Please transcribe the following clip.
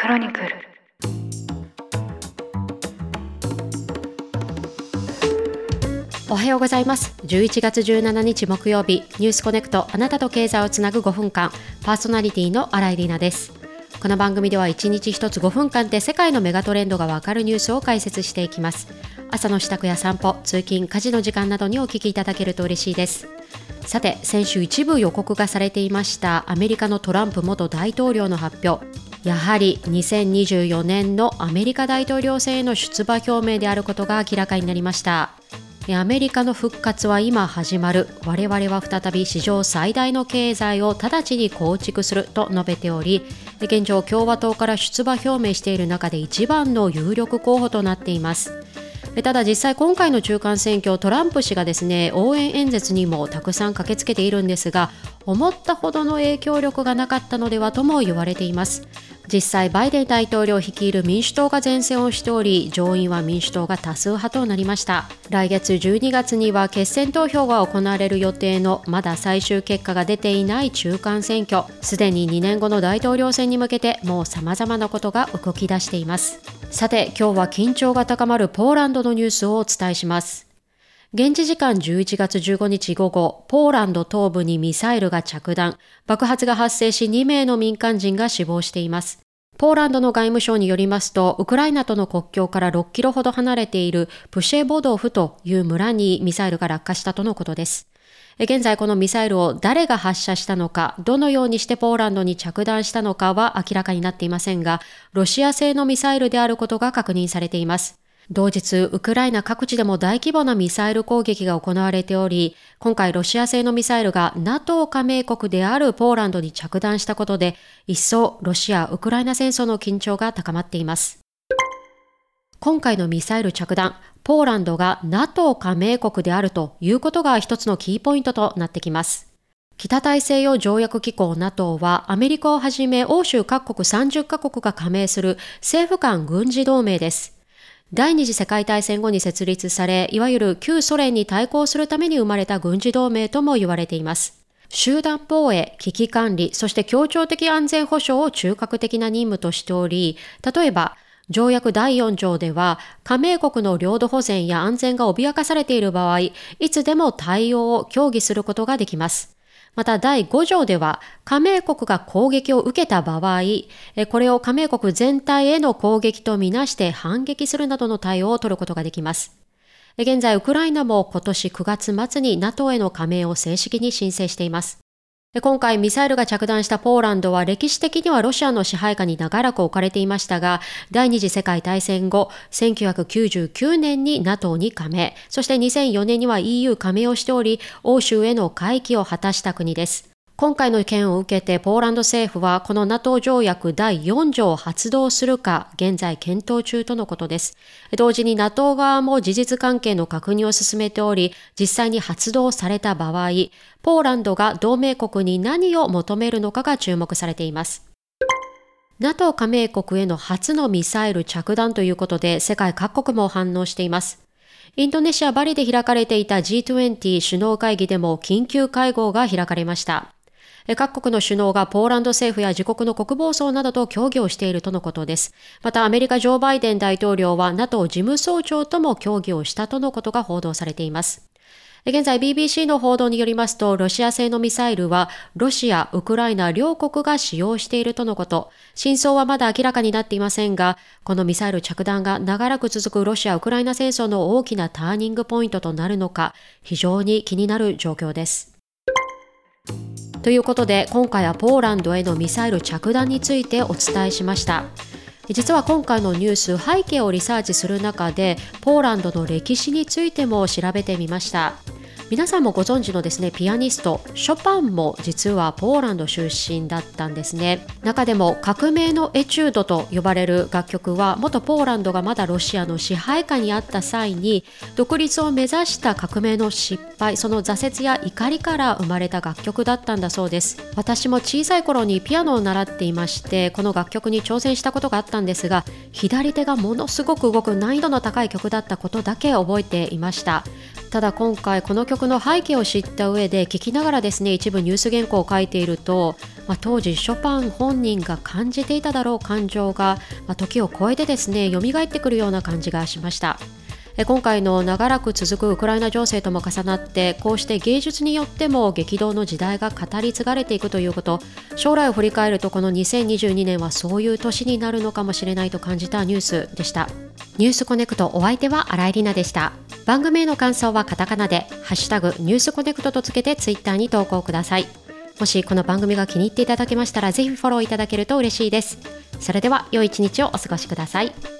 クロニクル。 おはようございます。11月17日木曜日、ニュースコネクト、あなたと経済をつなぐ5分間、パーソナリティの新井里奈です。この番組では1日1つ5分間で世界のメガトレンドがわかるニュースを解説していきます。朝の支度や散歩、通勤、家事の時間などにお聞きいただけると嬉しいです。さて、先週一部予告がされていましたアメリカのトランプ元大統領の発表。やはり2024年のアメリカ大統領選への出馬表明であることが明らかになりました。アメリカの復活は今始まる。我々は再び史上最大の経済を直ちに構築すると述べており、現状共和党から出馬表明している中で一番の有力候補となっています。ただ実際今回の中間選挙、トランプ氏がですね、応援演説にもたくさん駆けつけているんですが、思ったほどの影響力がなかったのではとも言われています。実際バイデン大統領率いる民主党が善戦をしており、上院は民主党が多数派となりました。来月12月には決選投票が行われる予定の、まだ最終結果が出ていない中間選挙、すでに2年後の大統領選に向けてもう様々なことが動き出しています。さて、今日は緊張が高まるポーランドのニュースをお伝えします。現地時間11月15日午後、ポーランド東部にミサイルが着弾、爆発が発生し2名の民間人が死亡しています。ポーランドの外務省によりますと、ウクライナとの国境から6キロほど離れているプシェボドフという村にミサイルが落下したとのことです。現在このミサイルを誰が発射したのか、どのようにしてポーランドに着弾したのかは明らかになっていませんが、ロシア製のミサイルであることが確認されています。同日、ウクライナ各地でも大規模なミサイル攻撃が行われており、今回ロシア製のミサイルが NATO 加盟国であるポーランドに着弾したことで、一層ロシア・ウクライナ戦争の緊張が高まっています。今回のミサイル着弾、ポーランドが NATO 加盟国であるということが一つのキーポイントとなってきます。北大西洋条約機構 NATO はアメリカをはじめ欧州各国30カ国が加盟する政府間軍事同盟です。第二次世界大戦後に設立され、いわゆる旧ソ連に対抗するために生まれた軍事同盟とも言われています。集団防衛、危機管理、そして協調的安全保障を中核的な任務としており、例えば、条約第4条では、加盟国の領土保全や安全が脅かされている場合、いつでも対応を協議することができます。また第5条では、加盟国が攻撃を受けた場合、これを加盟国全体への攻撃とみなして反撃するなどの対応を取ることができます。現在、ウクライナも今年9月末に NATO への加盟を正式に申請しています。今回ミサイルが着弾したポーランドは歴史的にはロシアの支配下に長らく置かれていましたが、第二次世界大戦後、1999年に NATO に加盟、そして2004年には EU 加盟をしており、欧州への回帰を果たした国です。今回の件を受けてポーランド政府はこの NATO 条約第4条を発動するか現在検討中とのことです。同時に NATO 側も事実関係の確認を進めており、実際に発動された場合、ポーランドが同盟国に何を求めるのかが注目されています。NATO 加盟国への初のミサイル着弾ということで世界各国も反応しています。インドネシア・バリで開かれていた G20 首脳会議でも緊急会合が開かれました。各国の首脳がポーランド政府や自国の国防省などと協議をしているとのことです。またアメリカジョー・バイデン大統領は NATO 事務総長とも協議をしたとのことが報道されています。現在 BBC の報道によりますと、ロシア製のミサイルはロシア、ウクライナ両国が使用しているとのこと。真相はまだ明らかになっていませんが、このミサイル着弾が長らく続くロシア・ウクライナ戦争の大きなターニングポイントとなるのか、非常に気になる状況です。ということで、今回はポーランドへのミサイル着弾についてお伝えしました。実は今回のニュース、背景をリサーチする中で、ポーランドの歴史についても調べてみました。皆さんもご存知のですね、ピアニストショパンも実はポーランド出身だったんですね。中でも革命のエチュードと呼ばれる楽曲は、元ポーランドがまだロシアの支配下にあった際に独立を目指した革命の失敗、その挫折や怒りから生まれた楽曲だったんだそうです。私も小さい頃にピアノを習っていまして、この楽曲に挑戦したことがあったんですが、左手がものすごく動く難易度の高い曲だったことだけ覚えていました。ただ今回この曲の背景を知った上で聴きながらですね、一部ニュース原稿を書いていると、 当時ショパン本人が感じていただろう感情が、時を超えてですね蘇ってくるような感じがしました。今回の長らく続くウクライナ情勢とも重なって、こうして芸術によっても激動の時代が語り継がれていくということ、将来を振り返るとこの2022年はそういう年になるのかもしれないと感じたニュースでした。ニュースコネクト、お相手は新井里奈でした。番組への感想はカタカナでハッシュタグニュースコネクトとつけてツイッターに投稿ください。もしこの番組が気に入っていただけましたら、ぜひフォローいただけると嬉しいです。それでは良い一日をお過ごしください。